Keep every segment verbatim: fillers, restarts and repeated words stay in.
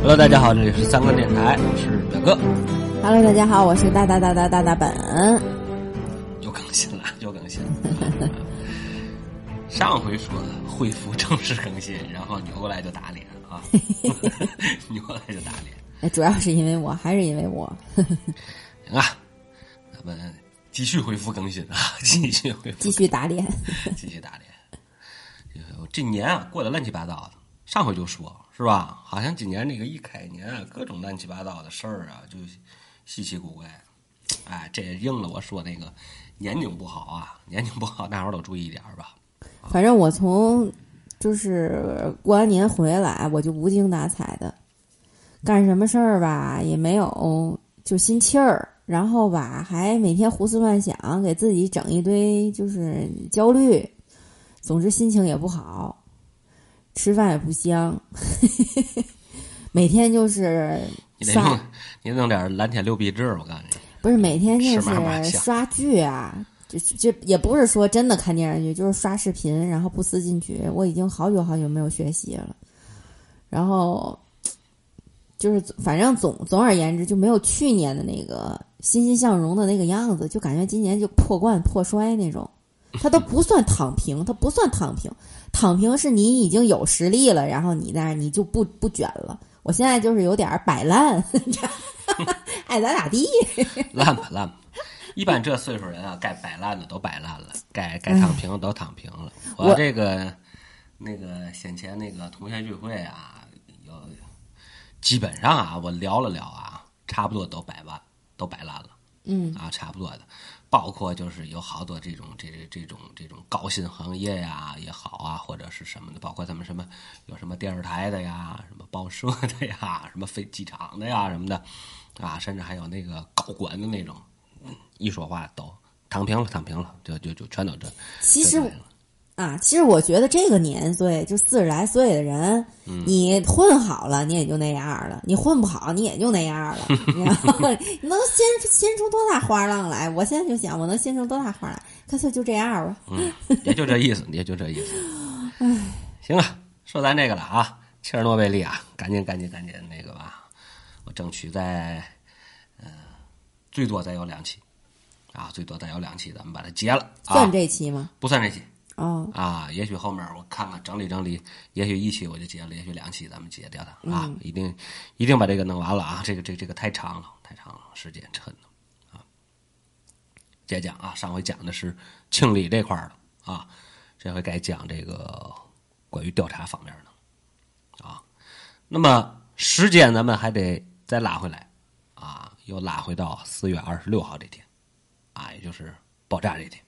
Hello， 大家好，这里是三观电台，我是表哥。 Hello， 大家好，我是大大大大大大本。 又更新了，又更新了。上回说恢复正式更新，然后扭过来就打脸啊，扭过来就打脸。 哎，主要是因为我，还是因为我。 行啊，咱们继续恢复更新啊，继续恢复， 继续打脸， 继续打脸。这年啊，过得乱七八糟的。上回就说是吧，好像今年那个一开年啊，各种乱七八糟的事儿啊，就稀奇古怪。哎，这也应了我说那个年景不好啊，年景不好，大伙儿都注意一点吧。 反正我从就是过完年回来，我就无精打采的，干什么事儿吧也没有就心气儿，然后吧还每天胡思乱想，给自己整一堆就是焦虑，总之心情也不好。吃饭也不香，每天就是刷， 你得弄，你得弄点蓝天六必治，我告诉你。 不是每天就是刷剧啊，就就也不是说真的看电视剧，就是刷视频，然后不思进取。我已经好久好久没有学习了，然后就是反正总总而言之就没有去年的那个欣欣向荣的那个样子，就感觉今年就破罐破摔那种。它都不算躺平，它不算躺平，躺平是你已经有实力了，然后你在那你就不不卷了。我现在就是有点摆烂，爱咋咋地， 烂吧烂吧。一般这岁数人啊，该摆烂的都摆烂了，该该躺平都躺平了。我这个那个先前那个同学聚会啊，有基本上啊，我聊了聊啊，差不多都摆完，都摆烂了。 嗯啊，差不多的，包括就是有好多这种这这种这种高薪行业呀也好啊，或者是什么的，包括他们什么有什么电视台的呀，什么报社的呀，什么飞机场的呀什么的，啊，甚至还有那个高管的那种，一说话都躺平了，躺平了，就就就全都这。 其实啊，其实我觉得这个年岁就四十来岁的人，嗯、你混好了，你也就那样了；你混不好，你也就那样了。然后你能掀掀出多大花浪来？我现在就想，我能掀出多大花来？干脆就这样吧。 嗯，也就这意思，也就这意思。唉，行了，说咱这个了啊，切尔诺贝利啊，赶紧赶紧赶紧那个吧，我争取在呃最多再有两期啊，最多再有两期，咱们把它结了。啊、 算这期吗？ 不算这期。 哦啊，也许后面我看看整理整理，也许一期我就结了，也许两期咱们结掉它啊， 嗯、 一定一定把这个弄完了啊，这个这个、这个太长了，太长了，时间抻的啊。接讲啊，上回讲的是清理这块的啊，这回该讲这个关于调查方面的啊。那么时间咱们还得再拉回来啊，又拉回到四月二十六号这天啊，也就是爆炸这天。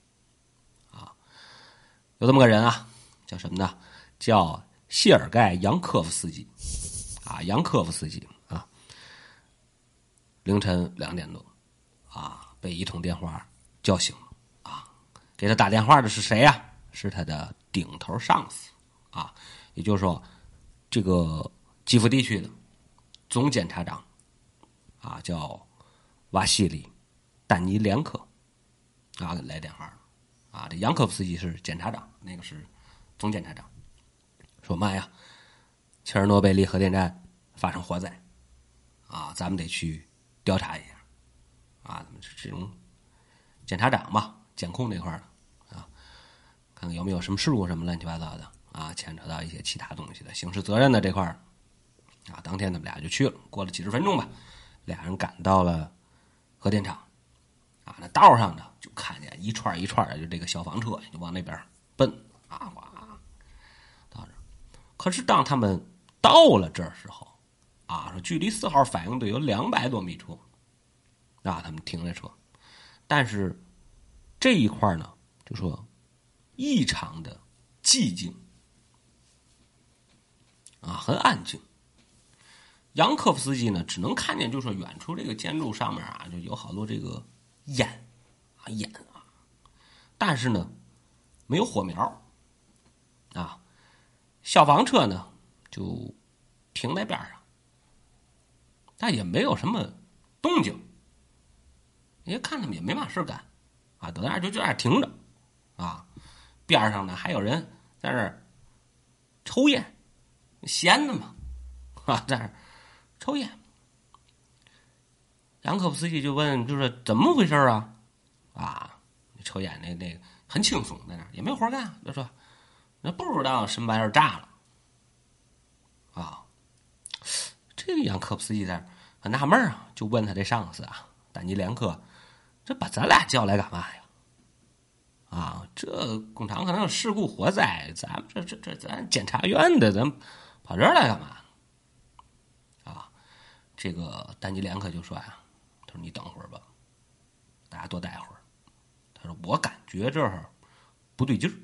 有这么个人啊，叫什么呢？叫谢尔盖·扬科夫斯基，啊，扬科夫斯基啊，凌晨两点多，啊，被一通电话叫醒了，啊，给他打电话的是谁呀、啊？是他的顶头上司，啊，也就是说，这个基辅地区的总检察长，啊，叫瓦西里·丹尼连科，啊，来电话了。啊，这扬科夫斯基是检察长，那个是总检察长。说妈呀，切尔诺贝利核电站发生火灾，啊，咱们得去调查一下。啊，咱们是这种检察长嘛，监控这块的啊，看看有没有什么事故什么乱七八糟的啊，牵扯到一些其他东西的刑事责任的这块啊。当天他们俩就去了，过了几十分钟吧，俩人赶到了核电厂。啊，那道上呢，就看见一串一串的，就这个消防车就往那边奔啊，哇，到这。可是当他们到了这儿时候，啊，说距离四号反应堆有两百多米处，啊，他们停了车，但是这一块呢，就说异常的寂静，啊，很安静。扬科夫斯基呢，只能看见，就说远处这个建筑上面啊，就有好多这个。烟啊烟啊，但是呢，没有火苗啊。消防车呢就停在边上，但也没有什么动静。你看他们也没嘛事干啊，都在那儿就就在那儿停着啊。边上呢还有人在那儿抽烟，闲的嘛啊，在那儿抽烟。杨科夫斯基就问，就是怎么回事啊？啊，抽烟那那个很轻松，在那也没有活干，就说那不知道什么玩意儿炸了啊。这个杨科夫斯基在很纳闷啊，就问他这上司啊，丹尼连科，这把咱俩叫来干嘛呀？啊，这工厂可能有事故火灾，咱们这这这咱检察院的，咱跑这儿来干嘛？啊，这个丹尼连科就说呀、啊，他说你等会儿吧，大家多待会儿。他说我感觉这儿不对劲儿，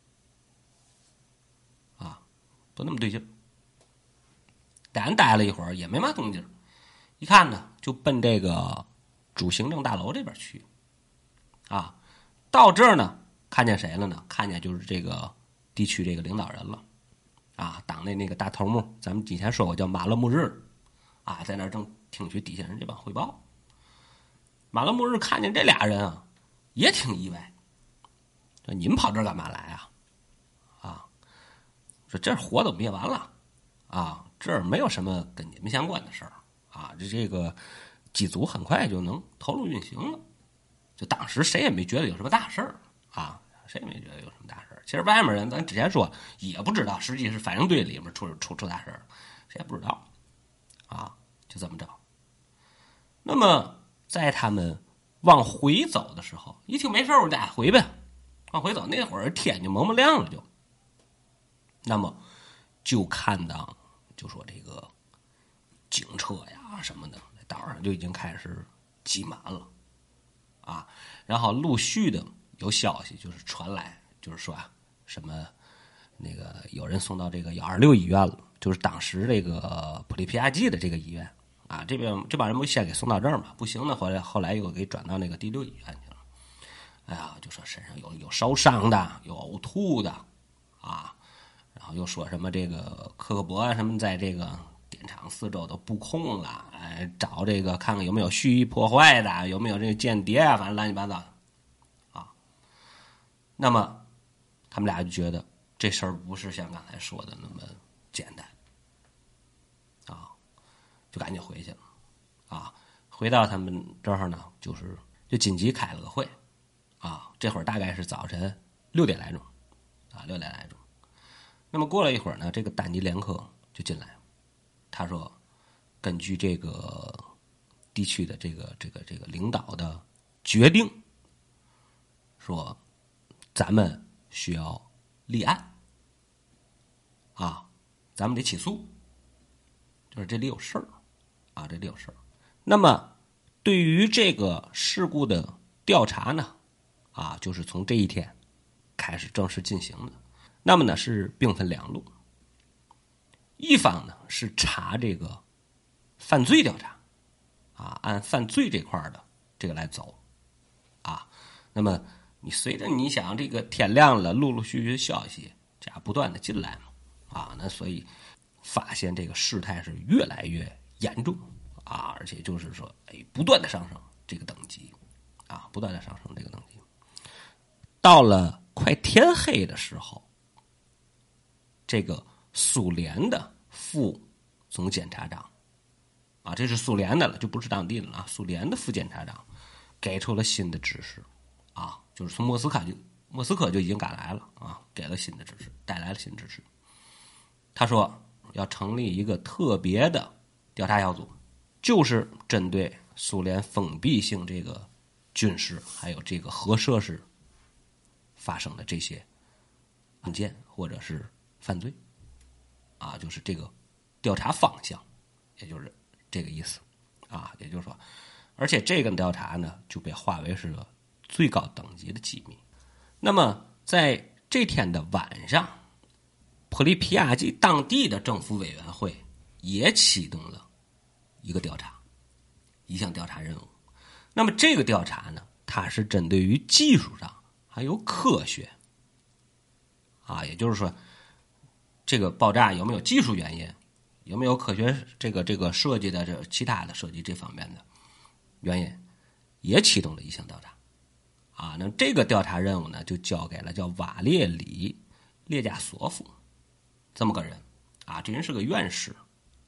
啊，不那么对劲儿。咱待了一会儿也没嘛动静，一看呢就奔这个主行政大楼这边去，啊。到这儿呢，看见谁了呢？看见就是这个地区这个领导人了，啊，党内那个大头目，咱们以前说过叫马勒木日，啊，在那儿正听取底下人这帮汇报。马勒木日看见这俩人啊，也挺意外，说你们跑这儿干嘛来啊？啊，说这火都灭完了，啊，这儿没有什么跟你们相关的事儿，啊，这这个机组很快就能投入运行了。就当时谁也没觉得有什么大事儿啊，谁也没觉得有什么大事儿。其实外面人咱之前说也不知道，实际是反应堆里面出出出大事儿，谁也不知道啊，就这么着。那么在他们往回走的时候，一听没事儿，我俩回呗，往回走那会儿天就蒙蒙亮了就。那么就看到就说这个警车呀什么的，道上就已经开始挤满了。啊，然后陆续的有消息就是传来，就是说啊，什么那个有人送到这个幺二六医院了，就是当时这个普利皮亚季的这个医院啊，这边这帮人不先给送到这儿嘛，不行的，后来后来又给转到那个第六医院去了。哎呀，就说身上有有烧伤的，有呕吐的，啊，然后又说什么这个科克伯什么在这个电厂四周都布控了，哎，找这个看看有没有蓄意破坏的，有没有这个间谍啊，反正乱七八糟的啊。那么他们俩就觉得这事儿不是像刚才说的那么简单啊，就赶紧回去了啊。回到他们这儿呢，就是就紧急开了个会啊。这会儿大概是早晨六点来钟啊，六点来钟。那么过了一会儿呢，这个丹尼连科就进来，他说，根据这个地区的这个这个这个领导的决定，说咱们需要立案啊，咱们得起诉，就是这里有事儿啊，这里有事儿。那么对于这个事故的调查呢，啊，就是从这一天开始正式进行的。那么呢是兵分两路，一方呢是查这个犯罪调查，啊，按犯罪这块的这个来走，啊，那么你随着你想这个天亮了，陆陆续续消息这样不断的进来嘛，啊，那所以发现这个事态是越来越严重啊，而且就是说，哎，不断的上升这个等级，啊，不断的上升这个等级，到了快天黑的时候。这个苏联的副总检察长，啊，这是苏联的了，就不是当地的了啊。苏联的副检察长给出了新的指示，啊，就是从莫斯科就莫斯科就已经赶来了啊，给了新的指示，带来了新指示。他说要成立一个特别的调查小组，就是针对苏联封闭性这个军事还有这个核设施发生的这些案件或者是犯罪，啊，就是这个调查方向，也就是这个意思，啊，也就是说，而且这个调查呢就被划为是个最高等级的机密。那么在这天的晚上，普利皮亚季当地的政府委员会也启动了一个调查，一项调查任务。那么这个调查呢，它是针对于技术上还有科学，啊，也就是说。这个爆炸有没有技术原因，有没有科学这个这个设计的这其他的设计这方面的原因，也启动了一项调查，啊，那这个调查任务呢，就交给了叫瓦列里列加索夫这么个人，啊，这人是个院士，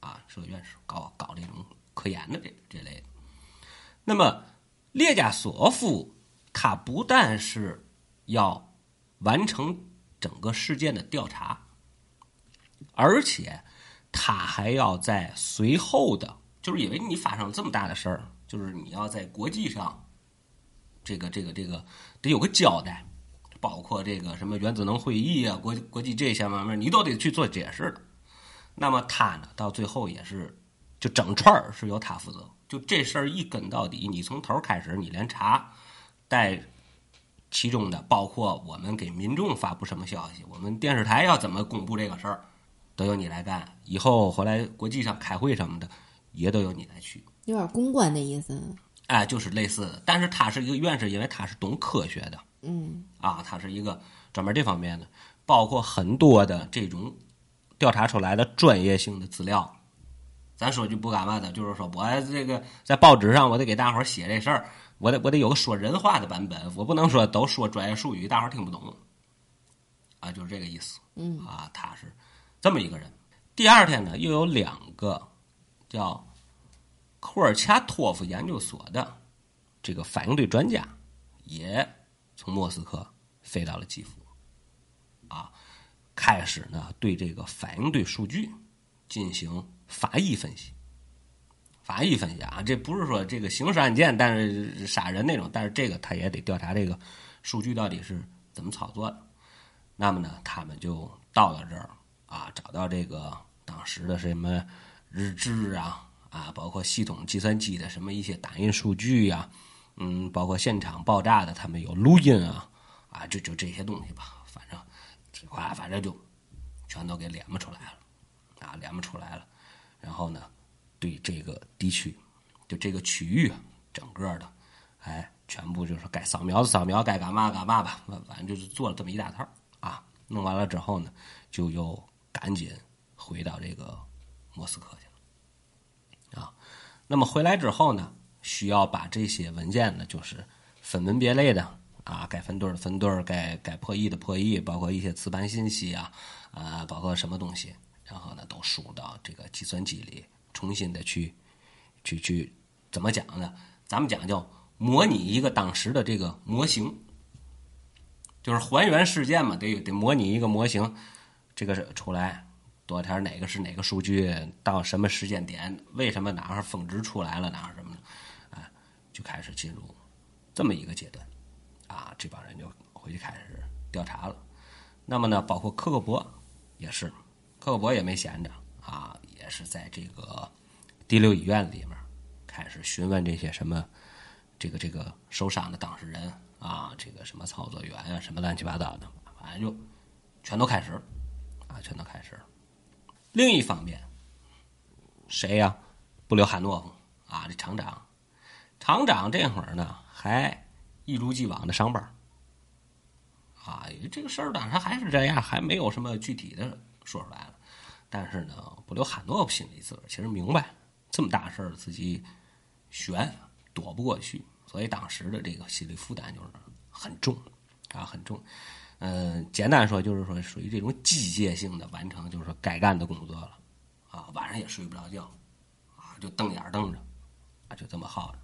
啊，是个院士，搞搞这种科研的这这类的。那么列加索夫他不但是要完成整个事件的调查，而且他还要在随后的，就是因为你发生这么大的事儿，就是你要在国际上，这个这个这个得有个交代，包括这个什么原子能会议啊，国国际这些方面，你都得去做解释的。那么他呢，到最后也是，就整串是由他负责。就这事儿一跟到底，你从头开始，你连查带其中的，包括我们给民众发布什么消息，我们电视台要怎么公布这个事儿，都由你来干。以后回来国际上开会什么的，也都由你来去。 有点公关的意思。 哎，就是类似的。但是他是一个院士，因为他是懂科学的， 嗯， 啊，他是一个专门这方面的，包括很多的这种调查出来的专业性的资料。咱说句不干嘛的，就是说我这个在报纸上我得给大伙儿写这事儿，我得我得有个说人话的版本，我不能说都说专业术语，大伙儿听不懂，啊，就是这个意思。 嗯， 啊，他是这么一个人。第二天呢，又有两个叫库尔恰托夫研究所的这个反应堆专家，也从莫斯科飞到了基辅，啊，开始呢对这个反应堆数据进行法医分析。法医分析啊，这不是说这个刑事案件，但是杀人那种，但是这个他也得调查这个数据到底是怎么操作的。那么呢，他们就到了这儿啊，找到这个当时的什么日志啊啊，包括系统计算机的什么一些打印数据呀、啊，嗯，包括现场爆炸的他们有录音啊啊，就就这些东西吧，反正这块反正就全都给连不出来了啊，连不出来了。然后呢，对这个地区，就这个区域整个的，哎，全部就是该扫描的扫描，该干嘛干嘛吧，反正就是做了这么一大套啊。弄完了之后呢，就又赶紧回到这个莫斯科去了啊。那么回来之后呢，需要把这些文件呢，就是分门别类的啊，该分队的分队，该该破译的破译，包括一些磁盘信息啊，啊，包括什么东西，然后呢，都输到这个计算机里，重新的去去去怎么讲呢？咱们讲叫模拟一个当时的这个模型。就是还原事件嘛，得得模拟一个模型，这个是出来多少天哪个是哪个数据，到什么时间点，为什么哪儿峰值出来了，哪儿什么的，啊，就开始进入这么一个阶段，啊，这帮人就回去开始调查了。那么呢，包括科克伯也是，科克伯也没闲着啊，也是在这个第六医院里面开始询问这些什么这个这个受伤的当事人。啊，这个什么操作员啊，什么乱七八糟的，反正就全都开始了，啊，全都开始了。另一方面，谁呀、啊？布留汉诺夫啊，这厂长，厂长这会儿呢还一如既往的上班，啊，这个事儿当然还是这样，还没有什么具体的说出来了。但是呢，布留汉诺夫心里自个儿其实明白，这么大事儿自己悬躲不过去。所以当时的这个心理负担就是很重啊，很重。嗯、呃，简单说就是说属于这种机械性的完成，就是说该干的工作了啊，晚上也睡不着觉啊，就瞪眼瞪着啊，就这么耗着。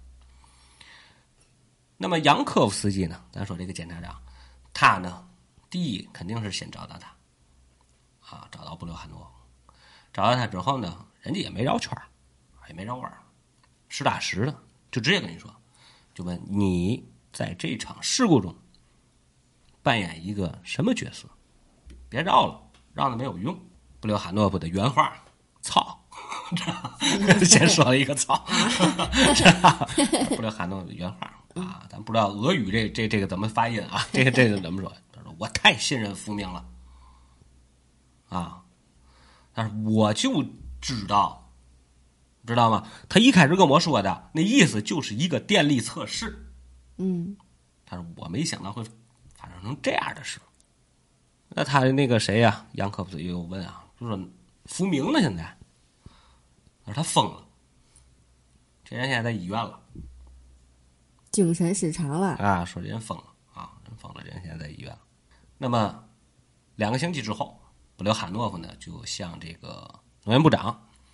那么杨科夫斯基呢？咱说这个检察长，他呢，第一肯定是先找到他啊，找到布留汉诺夫，找到他之后呢，人家也没绕圈也没绕弯实打实的就直接跟你说。就问你在这场事故中扮演一个什么角色？别绕了，绕了没有用。布留汉诺夫的原话：“操！”先说了一个“操”。布留汉诺夫的原话啊，咱不知道俄语这这这个怎么发音啊？这个这个怎么说？他说：“我太信任福明了啊，但是我就知道。”知道吗？他一开始跟我说的那意思就是一个电力测试， 嗯， 他说我没想到会发生成这样的事。那他那个谁呀、啊，杨科夫又问啊，就说福明呢？现在，他说他疯了，这人现在在医院了， 精神失常了啊，说这人疯了啊，人疯了，这人现在在医院了。那么两个星期之后，布留汉诺夫呢就向这个能源部长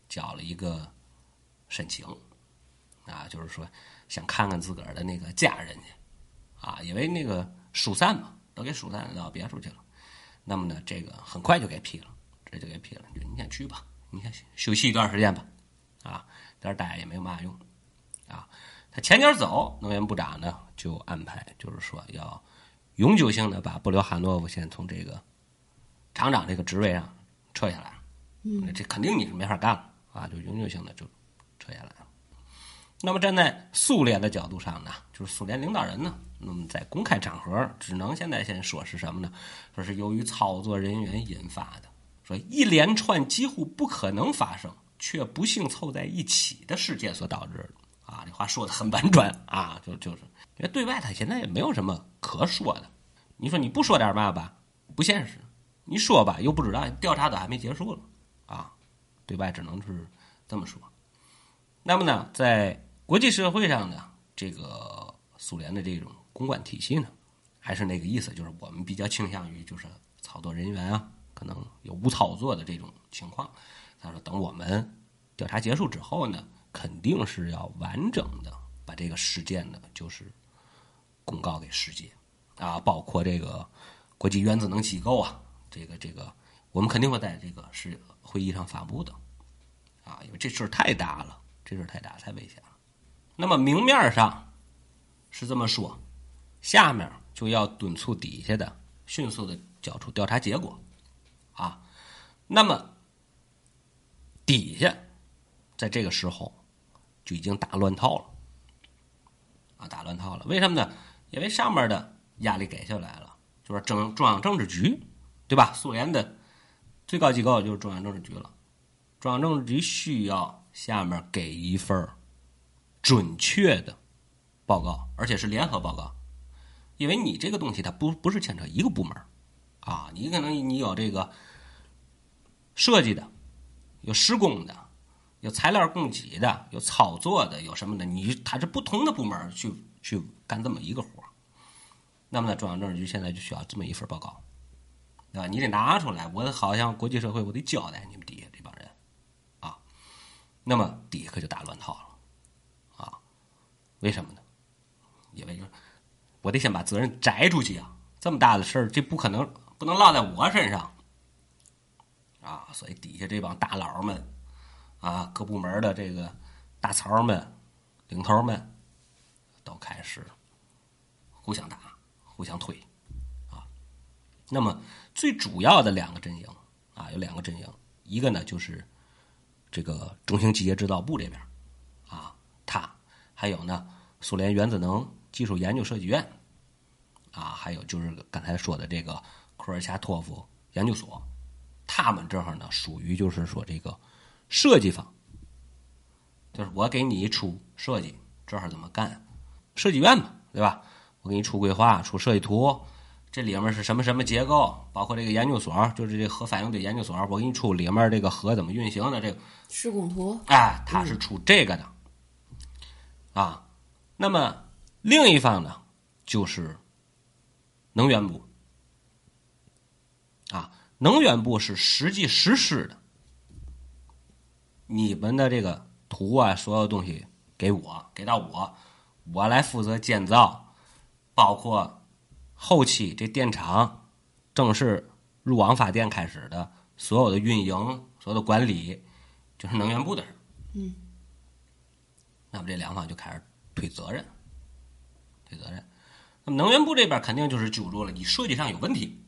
交了一个申请啊，就是说想看看自个儿的那个家人去啊，因为那个疏散嘛，都给疏散到别处去了。那么呢，这个很快就给批了，这就给批了，就你先去吧，你先休息一段时间吧，啊，在这待也没有嘛用啊。他前脚走，能源部长呢就安排，就是说要永久性的把布留哈诺夫先从这个厂长这个职位上撤下来，嗯，这肯定你是没法干了啊，就永久性的就撤下来了。那么站在苏联的角度上呢，就是苏联领导人呢，那么在公开场合只能现在先说是什么呢？说是由于操作人员引发的，说一连串几乎不可能发生却不幸凑在一起的事件所导致的。啊，这话说的很婉转啊，就就是因为对外他现在也没有什么可说的。你说你不说点嘛吧，不现实；你说吧，又不知道调查都还没结束了啊，对外只能是这么说。那么呢，在国际社会上呢，这个苏联的这种公关体系呢，还是那个意思，就是我们比较倾向于就是操作人员啊，可能有误操作的这种情况。他说，等我们调查结束之后呢，肯定是要完整的把这个事件呢，就是公告给世界啊，包括这个国际原子能机构啊，这个这个，我们肯定会在这个是会议上发布的啊，因为这事太大了，这事太大太危险了。那么明面上是这么说，下面就要敦促底下的迅速的交出调查结果啊。那么底下在这个时候就已经打乱套了啊，打乱套了。为什么呢？因为上面的压力给下来了，就是中中央政治局，对吧？苏联的最高机构就是中央政治局了。中央政治局需要下面给一份准确的报告，而且是联合报告，因为你这个东西它不不是牵扯一个部门啊，你可能你有这个设计的，有施工的，有材料供给的，有操作的，有什么的，你它是不同的部门去去干这么一个活。那么呢，中央政治局现在就需要这么一份报告，对吧？你得拿出来，我好像国际社会我得交代你们底下这帮人啊。那么底下可就打乱套了啊？为什么呢？因为我得先把责任摘出去啊！这么大的事儿，这不可能不能落在我身上啊！所以底下这帮大佬们啊，各部门的这个大曹们、领头们都开始互相打、互相推啊。那么最主要的两个阵营啊，有两个阵营，一个呢就是这个中型机械制造部这边啊，他还有呢苏联原子能技术研究设计院啊，还有就是刚才说的这个库尔恰托夫研究所，他们这儿呢属于就是说这个设计方，就是我给你出设计，这儿怎么干？设计院嘛，对吧？我给你出规划、出设计图，这里面是什么什么结构，包括这个研究所，就是这核反应堆研究所，我给你出里面这个核怎么运行的这个施工图。 哎，他是出这个的、嗯、啊。那么另一方呢，就是能源部啊，能源部是实际实施的，你们的这个图啊，所有东西给我，给到我，我来负责建造，包括后期这电厂正式入网发电开始的所有的运营、所有的管理，就是能源部的事。 嗯， 那么这两方就开始推责任，推责任。那么能源部这边肯定就是揪住了，你设计上有问题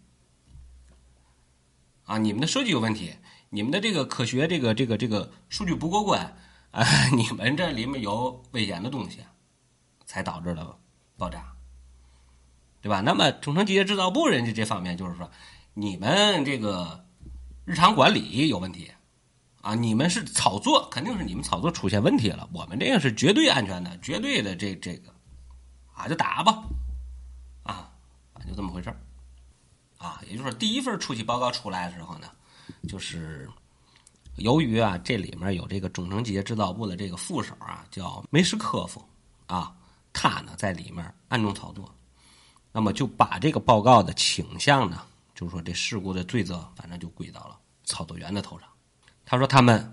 啊，你们的设计有问题，你们的这个科学这个这个这个数据不过关啊，你们这里面有危险的东西，才导致了爆炸，对吧？那么中程机械制造部人家这方面就是说，你们这个日常管理有问题啊，你们是操作，肯定是你们操作出现问题了，我们这个是绝对安全的，绝对的这这个啊，就打吧，啊，就这么回事啊。也就是说，第一份出气报告出来的时候呢，就是由于啊这里面有这个中程机械制造部的这个副手啊，叫梅什科夫啊，他呢在里面暗中操作，那么就把这个报告的倾向呢，就是说这事故的罪责，反正就归到了操作员的头上。他说他们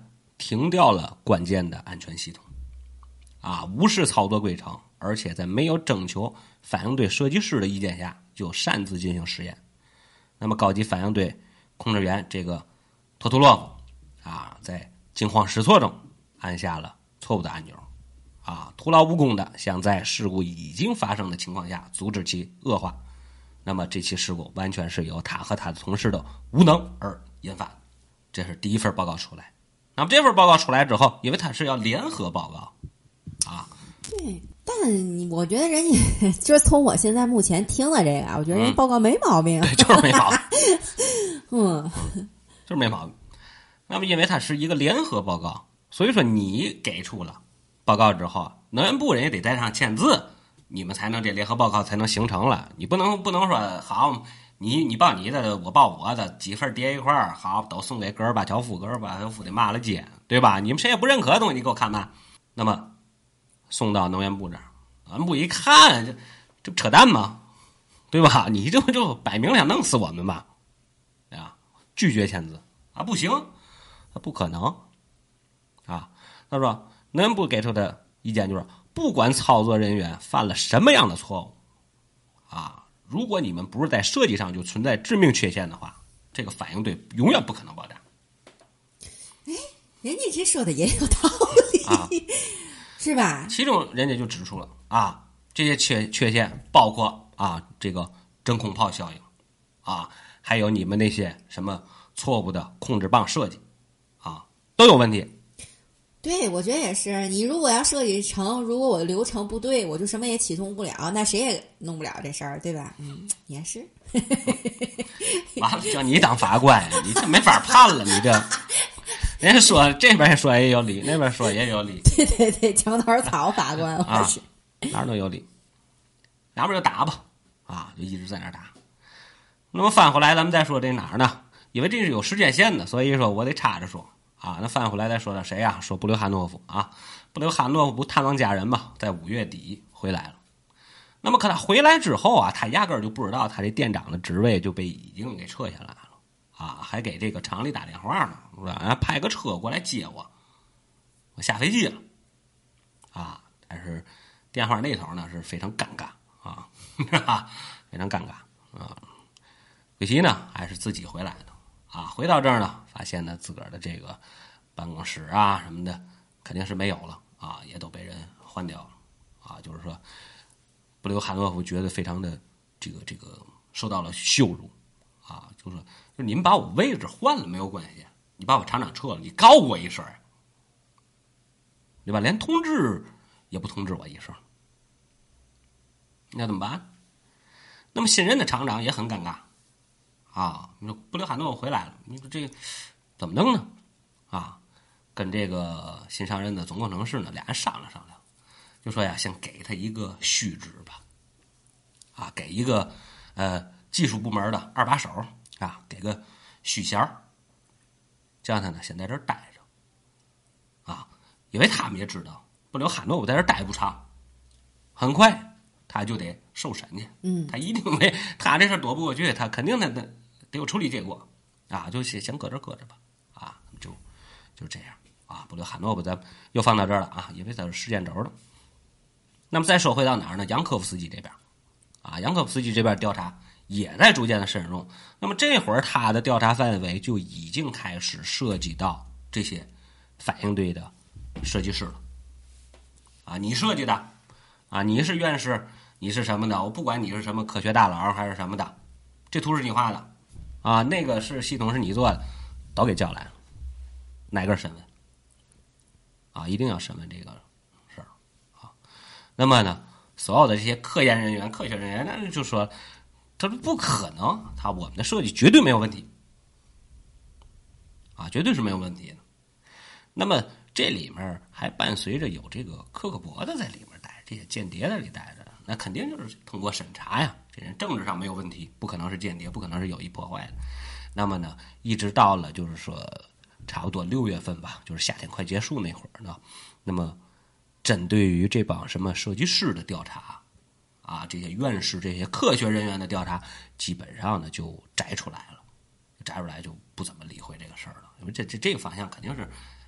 停掉了关键的安全系统，啊，无视操作规程，而且在没有征求反应堆设计师的意见下，就擅自进行实验。那么高级反应堆控制员这个托图洛夫啊，在惊慌失措中按下了错误的按钮，啊，徒劳无功的想在事故已经发生的情况下阻止其恶化。那么这起事故完全是由他和他的同事的无能而引发的，这是第一份报告出来。那么这份报告出来之后，因为它是要联合报告啊， 对，但我觉得人家就是从我现在目前听了这个，我觉得人家报告没毛病， 嗯、对，就是没毛病， 嗯， 就是没毛病。那么因为它是一个联合报告，所以说你给出了报告之后，能源部人也得在上签字，你们才能这联合报告才能形成了。你不能不能说好，你你报你的，我报我的，几份叠一块儿，好都送给戈尔巴乔夫，戈尔巴乔夫得骂了街，对吧？你们谁也不认可的东西，你给我看吧。那么送到能源部这儿，能源部一看，这这不扯淡吗？对吧？你这不就摆明了想弄死我们吧？啊，拒绝签字啊，不行，不可能啊。他说能源部给出的意见就是，不管操作人员犯了什么样的错误啊，如果你们不是在设计上就存在致命缺陷的话，这个反应堆永远不可能爆炸。 哎，人家这说的也有道理，啊、是吧？ 其中人家就指出了啊，这些缺缺陷包括啊这个真空泡效应啊，还有你们那些什么错误的控制棒设计啊，都有问题。 对，我觉得也是。你如果要设计成，如果我的流程不对，我就什么也启动不了，那谁也弄不了这事儿，对吧？嗯，也是。 完了，叫你当法官，你这没法判了，你这。人家说这边说也有理，那边说也有理。 对对对，墙头草法官，我是、 啊、哪儿都有理。要不就打吧，啊，就一直在那儿打。那么翻回来，咱们再说这哪儿呢？因为这是有时间线的，所以说我得插着说。啊，那翻回来再说到谁呀、啊？说布留汉诺夫啊，布留汉诺夫不探望家人嘛，在五月底回来了。那么可他回来之后啊，他压根儿就不知道他这店长的职位就被已经给撤下来了啊，还给这个厂里打电话呢，说啊派个车过来接我，我下飞机了啊。但是电话那头呢是非常尴尬啊，非常尴尬啊。可惜呢，还是自己回来的。啊，回到这儿呢，发现呢自个儿的这个办公室啊什么的肯定是没有了啊，也都被人换掉了啊。就是说，布留汉诺夫觉得非常的这个这个受到了羞辱啊，就是说，就你们把我位置换了没有关系，你把我厂长撤了，你告我一声，对吧？连通知也不通知我一声，那怎么办？那么新任的厂长也很尴尬。啊，你说布留汉诺夫回来了，你说这怎么弄呢？啊，跟这个新上任的总工程师呢，俩人商量商量，就说呀，先给他一个虚职吧，啊，给一个呃技术部门的二把手啊，给个虚衔儿，叫他呢先在这儿待着，啊，因为他们也知道布留汉诺夫在这儿待不长，很快他就得受审去， 嗯， 他一定没他这事躲不过去，他肯定得得得有处理结果啊，就先先搁这搁着吧，啊，就就这样啊。布留汉诺夫咱又放到这儿了啊，因为它是时间轴的。那么再说回到哪儿呢？扬科夫斯基这边啊，扬科夫斯基这边调查也在逐渐的深入。那么这会儿他的调查范围就已经开始涉及到这些反应堆的设计师了啊，你设计的啊，你是院士。你是什么的？我不管你是什么科学大佬还是什么的，这图是你画的，啊，那个是系统是你做的，都给叫来了，哪个审问？啊，一定要审问这个事儿啊。那么呢，所有的这些科研人员、科学人员，那就说，他说不可能，他我们的设计绝对没有问题，啊，绝对是没有问题的。那么这里面还伴随着有这个克克伯的在里面待着，这些间谍在里待着。那肯定就是通过审查呀，这人政治上没有问题，不可能是间谍，不可能是有意破坏的。那么呢，一直到了就是说差不多六月份吧，就是夏天快结束那会儿呢，那么针对于这帮什么设计师的调查啊，这些院士、这些科学人员的调查，基本上呢就摘出来了，摘出来就不怎么理会这个事儿了，因为这这这个方向肯定是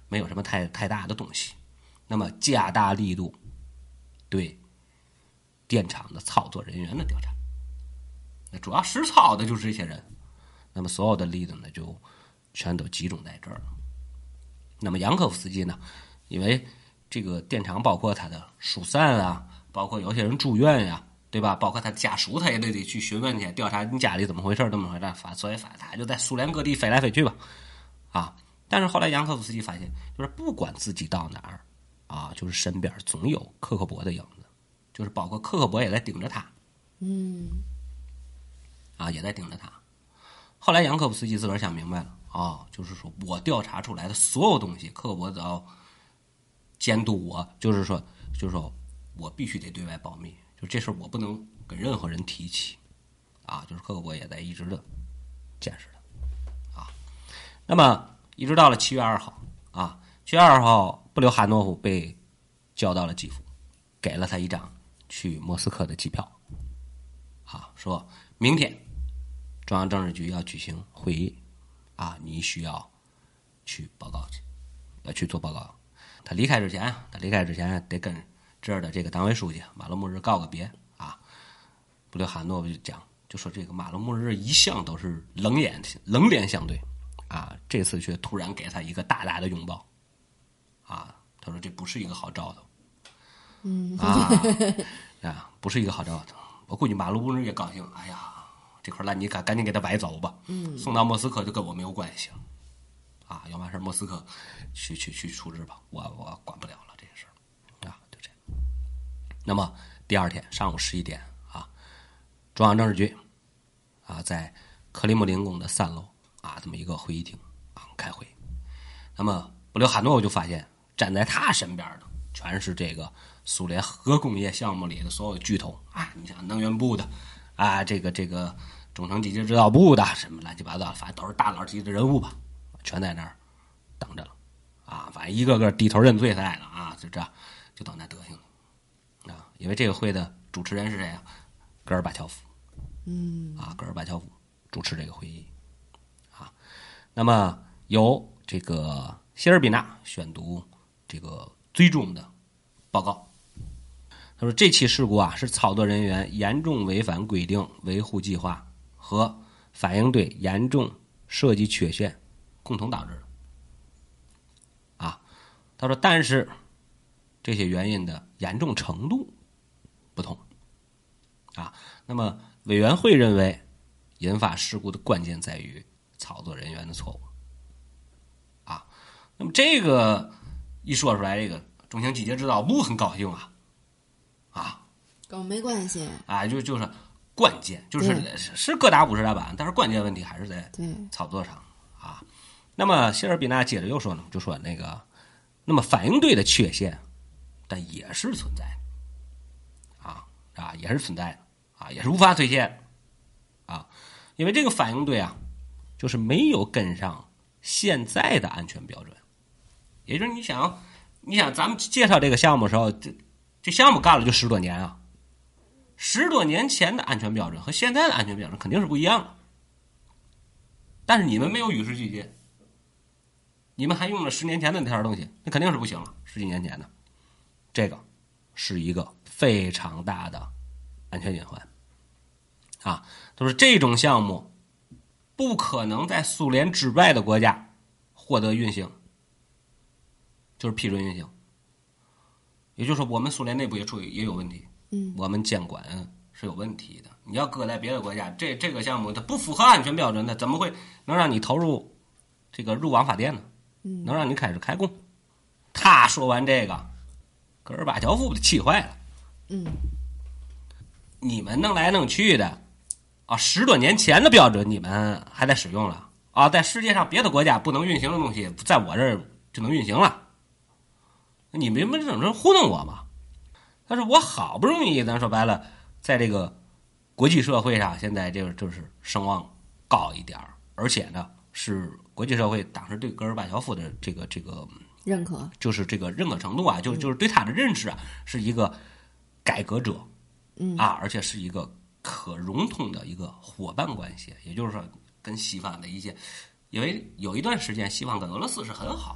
没有什么太太大的东西。那么加大力度对电厂的操作人员的调查，那主要实操的就是这些人，那么所有的力度呢就全都集中在这儿了。那么杨科夫斯基呢，因为这个电厂包括他的疏散啊，包括有些人住院呀、啊，对吧？包括他家属，他也得得去询问去调查你家里怎么回事，怎么回事，发所以发他就在苏联各地飞来飞去吧，啊！但是后来杨科夫斯基发现，就是不管自己到哪儿啊，就是身边总有克克勃的影子，就是包括克克勃也在盯着他， 嗯， 啊，也在盯着他。后来杨科夫斯基自个儿想明白了。啊，就是说我调查出来的所有东西，克伯只要监督我，就是说，就是说我必须得对外保密，就这事我不能跟任何人提起，啊，就是克伯也在一直的监视他，啊，那么一直到了七月二号，啊，七月二号，布留哈诺夫被叫到了基辅，给了他一张去莫斯科的机票，啊，说明天中央政治局要举行会议。啊，你需要去报告去，要去做报告。他离开之前，他离开之前得跟这儿的这个党委书记马洛穆日告个别啊。布留哈诺夫就讲，就说这个马洛穆日一向都是冷眼冷脸相对，啊，这次却突然给他一个大大的拥抱，啊，他说这不是一个好兆头， 嗯啊啊，不是一个好兆头。我估计马洛穆日也高兴，哎呀。这块烂泥赶赶紧给他崴走吧， 嗯， 送到莫斯科就跟我没有关系了，啊，有嘛事莫斯科去去去处置吧，我我管不了了这些事儿，啊，就这样。那么第二天上午十一点啊，中央政治局啊在克里姆林宫的三楼啊这么一个会议厅啊开会，那么布留哈诺夫就发现站在他身边的全是这个苏联核工业项目里的所有巨头啊，你像能源部的啊，这个这个。中程机械制造部的什么乱七八糟，反正都是大佬级的人物吧，全在那儿等着了，啊，反正一个个低头认罪在了啊，就这就等那德行了，啊，因为这个会的主持人是谁啊？戈尔巴乔夫， 嗯， 啊，戈尔巴乔夫主持这个会议，啊，那么由这个谢尔比纳宣读这个最终的报告。他说这起事故啊是操作人员严重违反规定、维护计划和反应堆严重设计缺陷共同导致的。啊，他说但是这些原因的严重程度不同。啊，那么委员会认为引发事故的关键在于操作人员的错误。啊，那么这个一说出来，这个中型机械制造部很高兴啊。啊， 跟我没关系啊，就就是关键就是是各打五十大板，但是关键问题还是在操作上啊。那么谢尔比纳接着又说呢，就说那个，那么反应堆的缺陷，但也是存在的啊啊，也是存在的啊，也是无法推卸啊，因为这个反应堆啊，就是没有跟上现在的安全标准，也就是你想，你想咱们介绍这个项目的时候，这。这项目干了就十多年啊，十多年前的安全标准和现在的安全标准肯定是不一样的。但是你们没有与时俱进，你们还用了十年前的那套东西，那肯定是不行了。十几年前的，这个是一个非常大的安全隐患啊。就是这种项目不可能在苏联之外的国家获得运行，就是批准运行。也就是说，我们苏联内部也处于也有问题， 嗯， 我们监管是有问题的。你要搁在别的国家，这这个项目它不符合安全标准，那怎么会能让你投入这个入网发电呢？ 嗯， 能让你开始开工？他说完这个，戈尔巴乔夫就气坏了。 嗯， 你们弄来弄去的啊，十多年前的标准你们还在使用了啊，在世界上别的国家不能运行的东西，在我这儿就能运行了。你们不是整成糊弄我吗？但是我好不容易，咱说白了，在这个国际社会上，现在这个就是声望高一点，而且呢，是国际社会当时对戈尔巴乔夫的这个这个认可， 就是这个认可程度啊，就就是对他的认识啊，是一个改革者， 嗯啊，而且是一个可融通的一个伙伴关系，也就是说，跟西方的一些，因为有一段时间西方跟俄罗斯是很好的。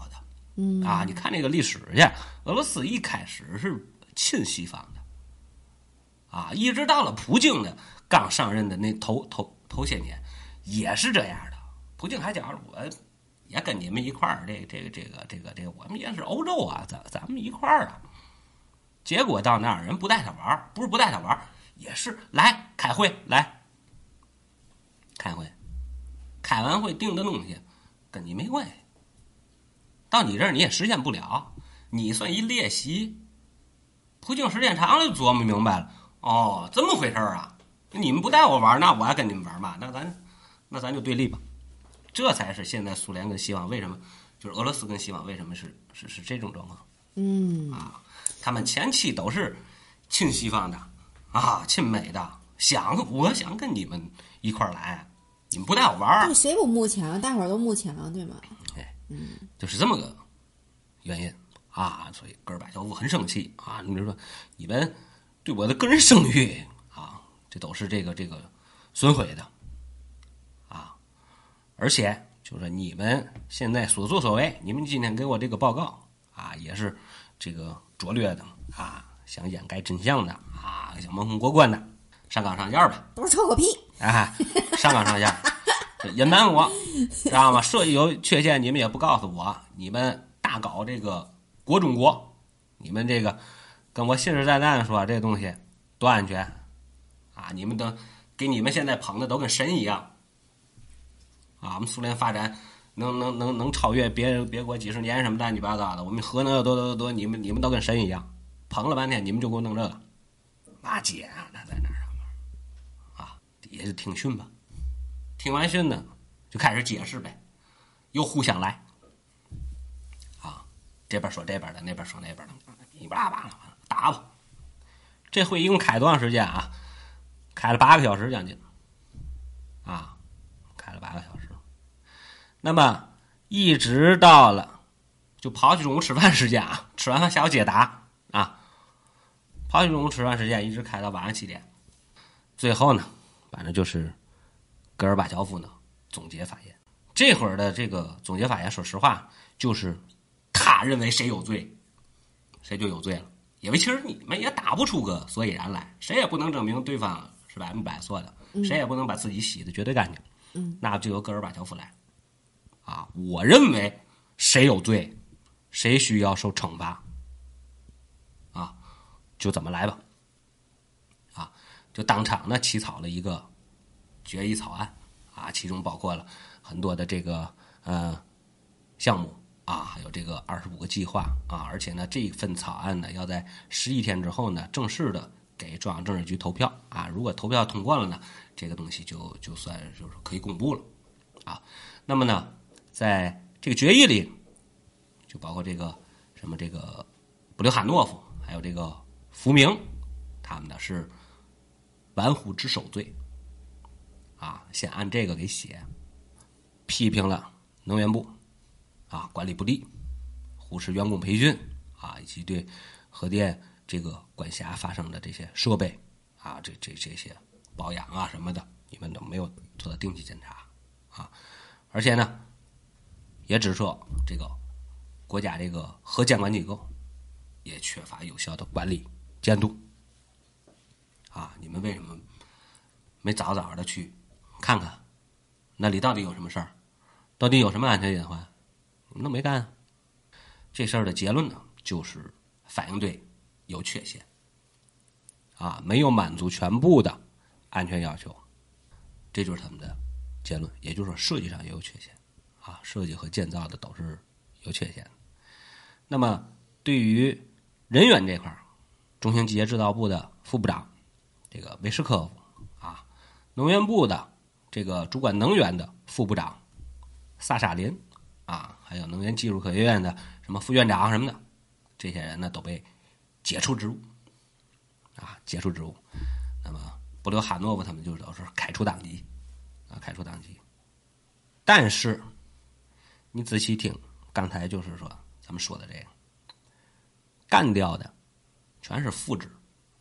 嗯啊，你看这个历史去，俄罗斯一开始是亲西方的，啊，一直到了普京的刚上任的那头头头些年，也是这样的。普京还讲我也跟你们一块儿，这个这个这个这个这个，我们也是欧洲啊，咱咱们一块儿啊。结果到那儿人不带他玩，不是不带他玩，也是来开会来开会，开完会定的东西跟你没关系，到你这儿你也实现不了，你算一列席。普京时间长了就琢磨明白了，哦，这么回事啊！你们不带我玩，那我还跟你们玩嘛？那咱那咱就对立吧。这才是现在苏联跟西方为什么，就是俄罗斯跟西方为什么是是是这种状况。 嗯啊，他们前期都是亲西方的啊，亲美的，想我想跟你们一块儿来，你们不带我玩， 对，谁不慕强？大伙儿都慕强，对吗？ 哎， 嗯， 就是这么个原因啊，所以戈尔巴乔夫很生气啊，你比如说你们对我的个人声誉啊，这都是这个这个损毁的啊，而且就是你们现在所作所为，你们今天给我这个报告啊，也是这个拙劣的啊，想掩盖真相的啊，想蒙混过关的，上纲上线呗， 都是臭狗屁！ 哎，上纲上线，隐瞒我，知道吗？设计有缺陷，你们也不告诉我，你们大搞这个国中国，你们这个跟我信誓旦旦说这个东西多安全啊，你们都给你们现在捧的都跟神一样啊，我们苏联发展能能能能超越别别国几十年什么乱七八糟的，我们核能有多多多，你们你们都跟神一样，捧了半天，你们就给我弄这个，骂街啊，那在那上面啊，底下就听训吧，听完训呢，就开始解释呗，又互相来啊，这边说这边的，那边说那边的，你巴拉巴拉打吧。这会一共开多长时间啊？开了八个小时将近啊，开了八个小时。那么一直到了，就刨去中午吃饭时间啊，吃完饭下午接打啊，刨去中午吃饭时间，一直开到晚上七点。最后呢，反正就是戈尔巴乔夫呢总结发言。这会儿的这个总结发言，说实话，就是他认为谁有罪，谁就有罪了。因为其实你们也打不出个所以然来，谁也不能证明对方是百分百错的， 嗯、 谁也不能把自己洗的绝对干净。 嗯， 那就由戈尔巴乔夫来。啊，我认为谁有罪，谁需要受惩罚，啊，就怎么来吧，啊，就当场呢起草了一个决议草案，啊，其中包括了很多的这个呃项目啊，还有这个二十五个计划啊，而且呢这份草案呢要在十一天之后呢正式的给中央政治局投票啊，如果投票通过了呢，这个东西就就算就是可以公布了，啊，那么呢。在这个决议里，就包括这个什么这个布留罕诺夫，还有这个福明，他们呢是玩忽职守罪，啊，先按这个给写，批评了能源部啊管理不力，忽视员工培训啊，以及对核电这个管辖发生的这些设备啊，这这这些保养啊什么的，你们都没有做到定期检查啊，而且呢。也指出这个国家这个核监管机构也缺乏有效的管理监督啊！你们为什么没早早的去看看那里到底有什么事儿，到底有什么安全隐患？你们都没干啊！这事儿的结论呢，就是反应堆有缺陷啊，没有满足全部的安全要求，这就是他们的结论。也就是说，设计上也有缺陷。啊，设计和建造的都是有缺陷的。那么，对于人员这块，中型机械制造部的副部长这个维什科夫啊，能源部的这个主管能源的副部长萨沙林啊，还有能源技术科学院的什么副院长什么的，这些人呢都被解除职务啊，解除职务。那么布留罕诺夫他们就都是开除党籍啊，开除党籍。但是你仔细听，刚才就是说咱们说的这个干掉的全是副职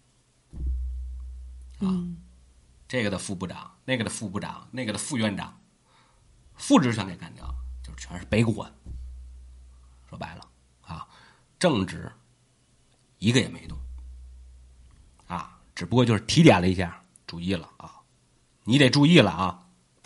啊， 嗯， 这个的副部长，那个的副部长，那个的副院长，副职全给干掉，就是全是背锅。说白了政治一个也没动啊，只不过就是提点了一下，注意了啊，你得注意了啊。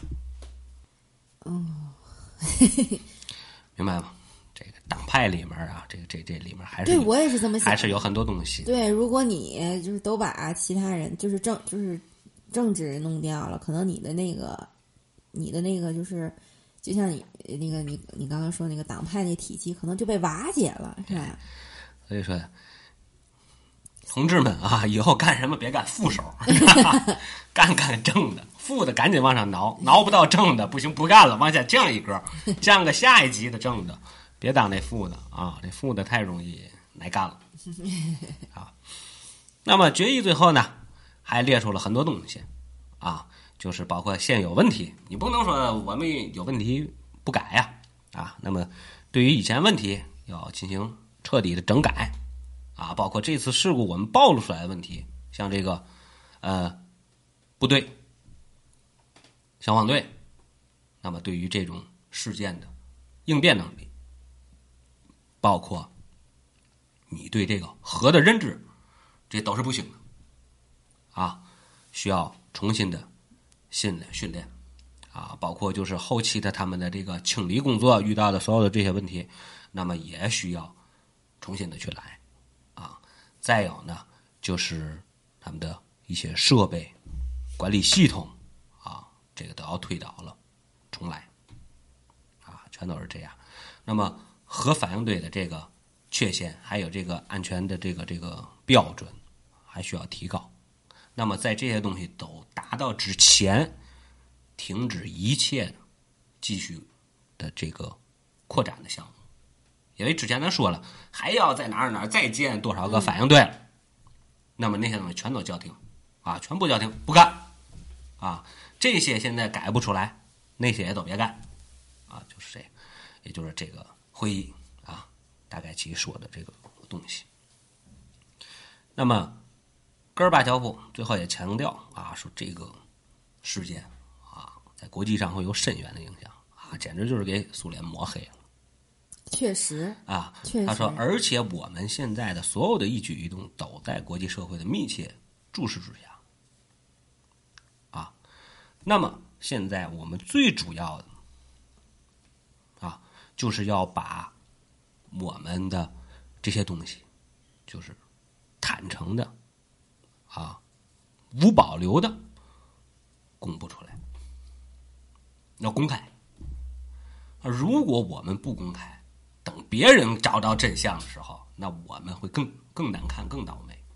嗯， 明白吗？这个党派里面啊，这个这这里面还是对我也是这么想， 还是有很多东西。 对，如果你就是都把其他人就是政就是政治弄掉了，可能你的那个你的那个就是就像你那个你你刚刚说那个党派那体系可能就被瓦解了，是吧？ 所以说，同志们啊，以后干什么别干副手，干干正的，副的赶紧往上挠，挠不到正的不行不干了，往下降一格，降个下一级的正的，别当那副的啊，这副的太容易来干了啊。那么决议最后呢，还列出了很多东西啊，就是包括现有问题，你不能说我们有问题不改呀 啊, 啊。那么对于以前问题要进行彻底的整改啊，包括这次事故我们暴露出来的问题，像这个呃部队、消防队，那么对于这种事件的应变能力，包括你对这个核的认知，这都是不行的啊，需要重新的训练训练啊，包括就是后期的他们的这个清理工作遇到的所有的这些问题，那么也需要重新的去来啊。再有呢，就是他们的一些设备、管理系统啊，这个都要推倒了，重来啊，全都是这样。那么核反应堆的这个缺陷，还有这个安全的这个这个标准，还需要提高。那么在这些东西都达到之前，停止一切的继续的这个扩展的项目。因为之前咱说了，还要在哪儿哪儿再建多少个反应堆，嗯、那么那些东西全都叫停啊，全部叫停，不干啊。这些现在改不出来，那些也都别干啊，就是这个，也就是这个会议啊，大概其说的这个东西。那么戈尔巴乔夫最后也强调啊，说这个事件啊，在国际上会有深远的影响啊，简直就是给苏联抹黑了。 确实啊， 确实他说，而且我们现在的所有的一举一动都在国际社会的密切注视之下，啊，那么现在我们最主要的啊，就是要把我们的这些东西，就是坦诚的啊，无保留的公布出来，要公开。如果我们不公开，等别人找到真相的时候，那我们会更更难看、更倒霉。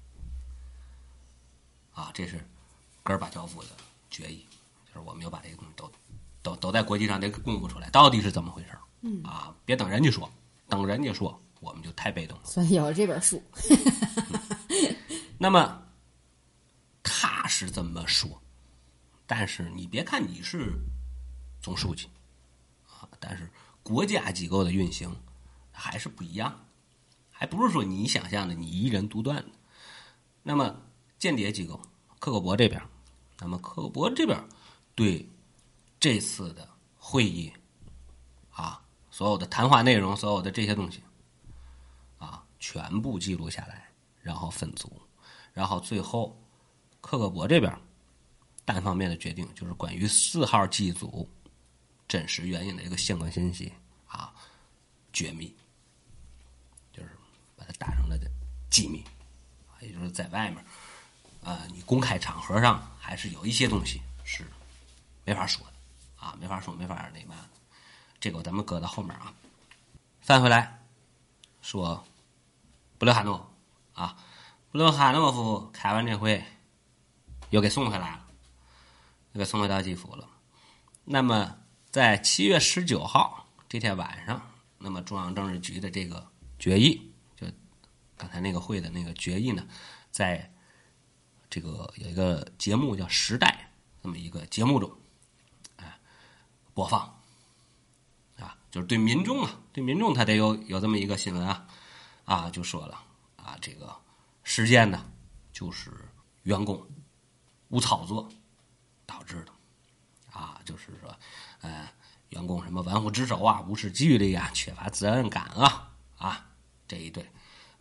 啊，这是戈尔巴乔夫的决议，就是我们要把这个东西都都都在国际上得公布出来，到底是怎么回事？嗯啊，别等人家说，等人家说，我们就太被动了。 所以有这本书。 嗯、那么他是这么说，但是你别看你是总书记啊，但是国家机构的运行还是不一样，还不是说你想象的你一人独断的。那么间谍机构克格勃这边，那么克格勃这边对这次的会议啊，所有的谈话内容，所有的这些东西啊，全部记录下来，然后分组，然后最后克格勃这边单方面的决定，就是关于四号机组真实原因的一个相关信息啊，绝密。就是把它打成了机密，也就是在外面，呃，你公开场合上还是有一些东西是没法说的啊，没法说，没法那嘛的。这个咱们搁到后面啊。翻回来说，布留哈诺夫啊，布留哈诺夫开完这会又给送回来了，又给送回到基辅了。那么在七月十九号这天晚上，那么中央政治局的这个决议，就刚才那个会的那个决议呢，在这个有一个节目叫《时代》这么一个节目中，哎，播放啊，就是对民众啊，对民众他得有有这么一个新闻啊，啊，就说了啊，这个事件呢，就是员工无操作导致的，啊，就是说，呃，员工什么玩忽职守啊，无视纪律呀，缺乏责任感啊，啊。这一对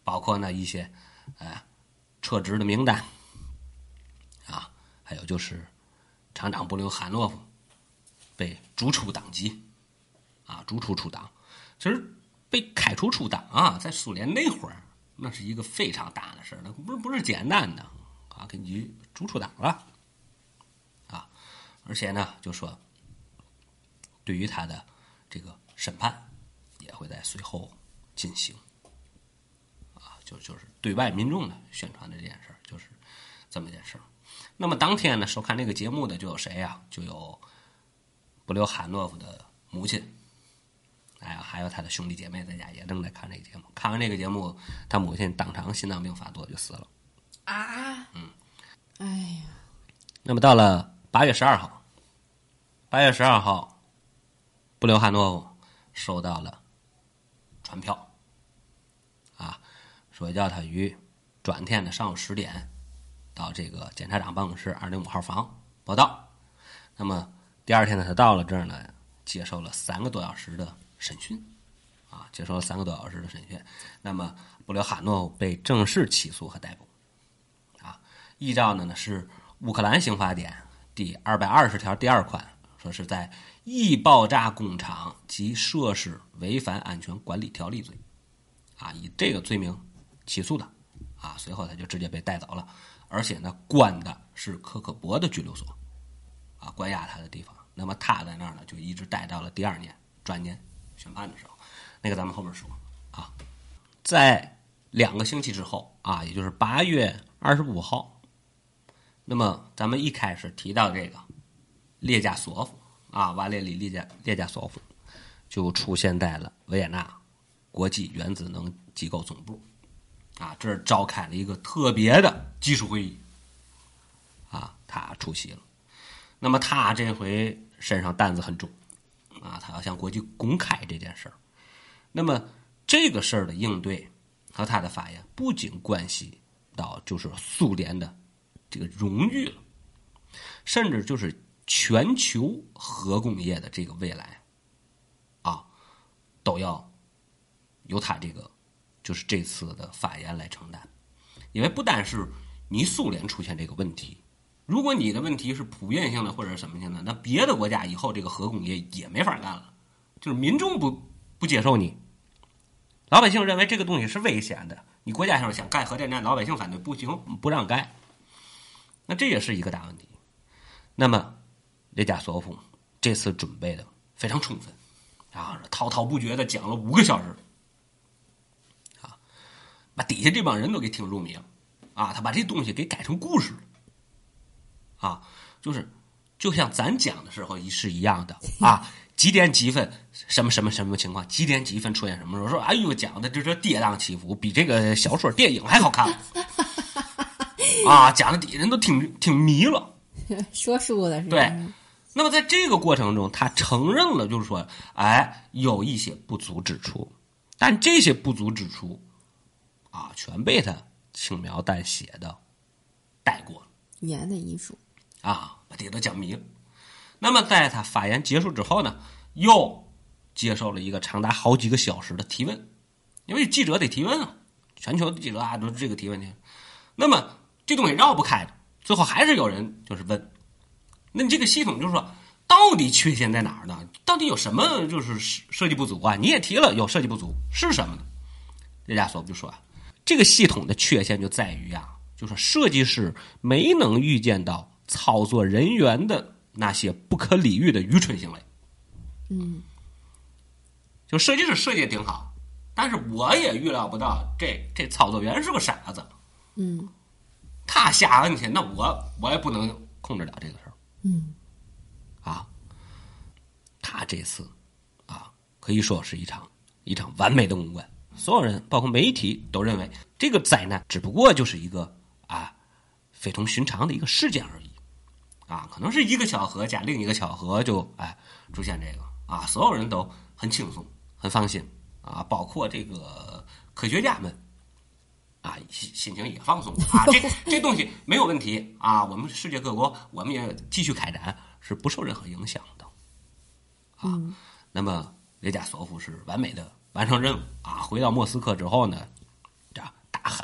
包括呢一些呃撤职的名单啊，还有就是厂长布留罕诺夫被逐出党籍啊，逐出出党。其实被开除出党啊，在苏联那会儿那是一个非常大的事儿，那不是不是简单的啊，给你逐出党了啊，而且呢，就说对于他的这个审判也会在随后进行啊，就就是对外民众呢宣传的这件事儿，就是这么件事儿。那么当天呢，收看这个节目的就有谁呀、啊？就有布留罕诺夫的母亲。哎呀，还有他的兄弟姐妹在家也正在看这个节目。看完这个节目，他母亲当场心脏病发作就死了。 啊， 嗯， 哎呀， 那么到了八月十二号，八月十二号，布留罕诺夫收到了传票，啊，说叫他于转天的上午十点到这个检察长办公室二零五号房报到。那么第二天呢，他到了这儿呢，接受了三个多小时的审讯，啊，接受了三个多小时的审讯。那么布留罕诺夫被正式起诉和逮捕，啊，依照的呢是乌克兰刑法典第二百二十条第二款，说是在易爆炸工厂及设施违反安全管理条例罪，啊，以这个罪名起诉的，啊，随后他就直接被带走了，而且呢，关的是科克勃的拘留所，啊，关押他的地方。那么他在那儿呢，就一直待到了第二年转年宣判的时候，那个咱们后面说啊。在两个星期之后啊，也就是八月二十五号，那么咱们一开始提到这个列加索夫啊，瓦列里列加列加索夫就出现在了维也纳国际原子能机构总部啊，这儿召开了一个特别的技术会议啊，他出席了。那么他这回身上担子很重啊，他要向国际公开这件事儿。那么这个事儿的应对和他的发言，不仅关系到就是苏联的这个荣誉了，甚至就是全球核工业的这个未来啊，都要由他这个就是这次的发言来承担。因为不单是你苏联出现这个问题，如果你的问题是普遍性的或者什么性的，那别的国家以后这个核工业也没法干了，就是民众不不接受你，老百姓认为这个东西是危险的，你国家上想盖核电站，老百姓反对，不行，不让盖，那这也是一个大问题。那么列加索夫这次准备的非常充分啊，滔滔不绝的讲了五个小时啊，把底下这帮人都给听入迷了啊，他把这东西给改成故事了啊，就是就像咱讲的时候是一样的啊，几点几分什么什么什么情况，几点几分出现什么时候，说哎呦讲的这这跌宕起伏，比这个小说电影还好看啊，讲的底下人都听听迷了， 说书的是吧？ 对。那么在这个过程中，他承认了，就是说，哎，有一些不足之处，但这些不足之处啊，全被他轻描淡写的带过了。 语言的艺术啊，把这个都讲迷了。那么在他发言结束之后呢，又接受了一个长达好几个小时的提问，因为记者得提问啊，全球的记者啊都是这个提问题。那么这东西绕不开的，最后还是有人就是问，那你这个系统就是说，到底缺陷在哪儿呢？到底有什么就是设计不足啊？你也提了有设计不足，是什么呢？列加索夫就说啊，这个系统的缺陷就在于啊，就是设计师没能预见到操作人员的那些不可理喻的愚蠢行为。 嗯， 就设计师设计也挺好，但是我也预料不到这这操作员是个傻子。 嗯， 他下问题，那我我也不能控制了这个事儿。 嗯， 啊，他这次啊，可以说是一场一场完美的公关。所有人，包括媒体，都认为这个灾难只不过就是一个啊非同寻常的一个事件而已，啊，可能是一个巧合加另一个巧合就哎出现这个啊，所有人都很轻松、很放心啊，包括这个科学家们啊，心情也放松啊，这这东西没有问题啊，我们世界各国我们也继续开展，是不受任何影响的啊。 嗯、 那么列加索夫是完美的完成任务啊，回到莫斯科之后呢，这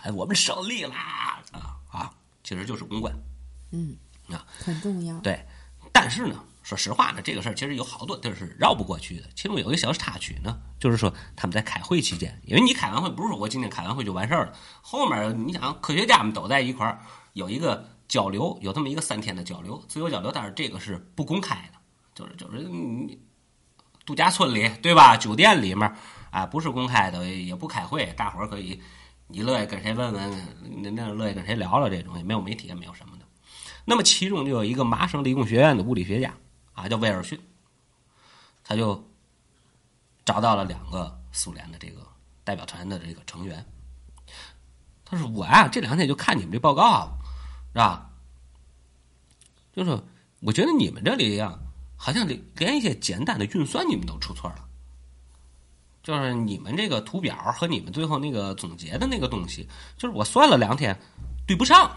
喊我们胜利啦啊啊，其实就是公关。 嗯啊， 很重要。 对，但是呢，说实话呢，这个事儿其实有好多地儿是绕不过去的。其中有一个小插曲呢，就是说他们在开会期间，因为你开完会不是说我今天开完会就完事儿了，后面你想科学家们都在一块儿有一个交流，有这么一个三天的交流，自由交流，但是这个是不公开的，就是就是你度假村里对吧？酒店里面啊，不是公开的，也不开会，大伙儿可以你乐意跟谁问问，那那乐意跟谁聊聊，这种也没有媒体，也没有什么的。那么其中就有一个麻省理工学院的物理学家啊，叫威尔逊，他就找到了两个苏联的这个代表团的这个成员。他说：“我啊，这两天就看你们这报告啊，是吧？就是我觉得你们这里呀，好像连一些简单的运算你们都出错了。就是你们这个图表和你们最后那个总结的那个东西，就是我算了两天对不上。”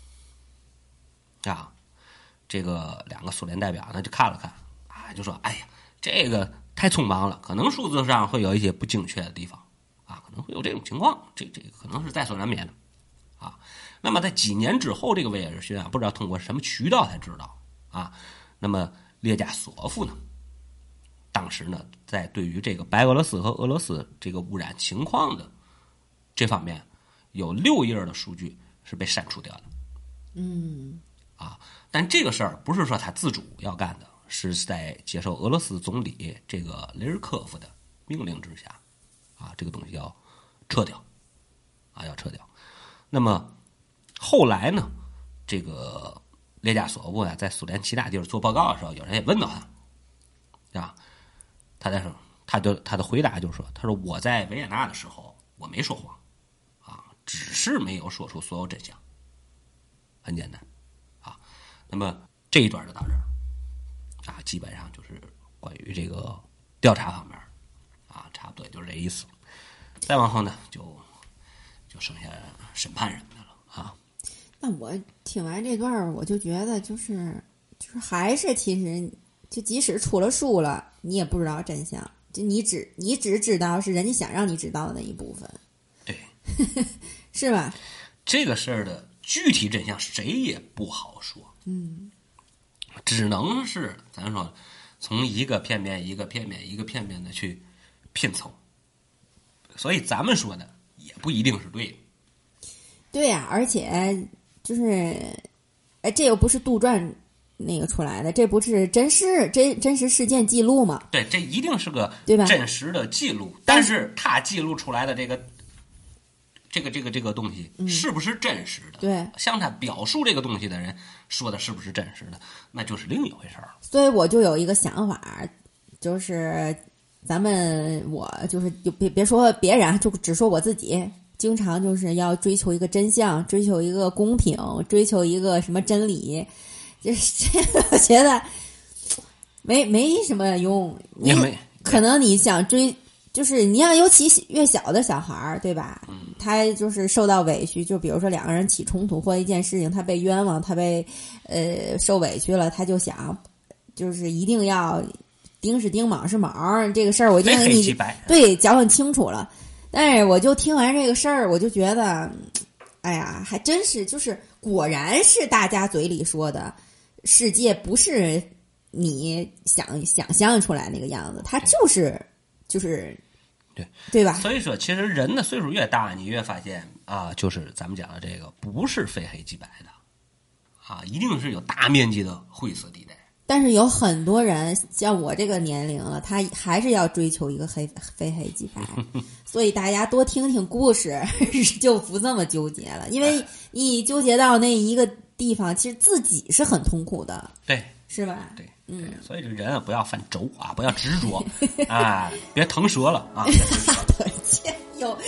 啊，这个两个苏联代表呢就看了看，啊，就说：“哎呀，这个太匆忙了，可能数字上会有一些不精确的地方，啊，可能会有这种情况，这这个可能是在所难免的，啊。那么在几年之后，这个威尔逊啊，不知道通过什么渠道才知道，啊，那么列加索夫呢，当时呢，在对于这个白俄罗斯和俄罗斯这个污染情况的这方面，有六页的数据是被删除掉的， 嗯。” 啊，但这个事儿不是说他自主要干的，是在接受俄罗斯总理这个雷日科夫的命令之下，啊，这个东西要撤掉，啊，要撤掉。那么后来呢，这个列加索夫啊，在苏联其他地方做报告的时候，有人也问到他，啊，他在说，他就他的回答就是说，他说我在维也纳的时候我没说谎，啊，只是没有说出所有真相，很简单。那么这一段就到这儿啊，基本上就是关于这个调查方面啊，差不多就是这意思。再往后呢，就就剩下审判什么的了啊。 那我听完这段，我就觉得就是就是还是其实就即使出了书了，你也不知道真相，就你只你只知道是人家想让你知道的那一部分， 对， 是吧？ 这个事儿的具体真相谁也不好说。 嗯， 只能是咱说从一个片面一个片面一个片面的去拼凑，所以咱们说的也不一定是对的。 对呀、啊，而且就是，哎，这又不是杜撰那个出来的，这不是真实真真实事件记录吗？ 对，这一定是个对吧？ 真实的记录，但是他记录出来的这个。这个这个这个东西是不是真实的？ 嗯、对， 向他表述这个东西的人说的是不是真实的，那就是另一回事了。 所以我就有一个想法，就是咱们我就是就别别说别人，就只说我自己，经常就是要追求一个真相，追求一个公平，追求一个什么真理，就是这个我觉得没没什么用。 也没可能你想追。就是你要尤其越小的小孩儿，对吧？他就是受到委屈，就比如说两个人起冲突或一件事情，他被冤枉，他被呃受委屈了，他就想，就是一定要丁是丁，卯是卯，这个事儿我一定给你对讲很清楚了。但是我就听完这个事儿，我就觉得，哎呀，还真是，就是果然是大家嘴里说的，世界不是你想想象出来那个样子，它就是就是。 对对吧？ 所以说，其实人的岁数越大，你越发现啊，就是咱们讲的这个不是非黑即白的，啊，一定是有大面积的灰色地带。 但是有很多人像我这个年龄了，他还是要追求一个黑非黑即白，所以大家多听听故事，就不这么纠结了。因为你纠结到那一个地方，其实自己是很痛苦的， 对， 是吧？ 对。 嗯， 所以这人啊，不要犯轴啊，不要执着啊，别腾蛇了啊！ 有，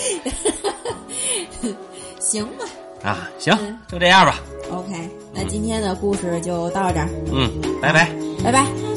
行吧？ 啊，行，嗯、就这样吧。 OK，那今天的故事就到这儿。 嗯，拜拜， 拜拜。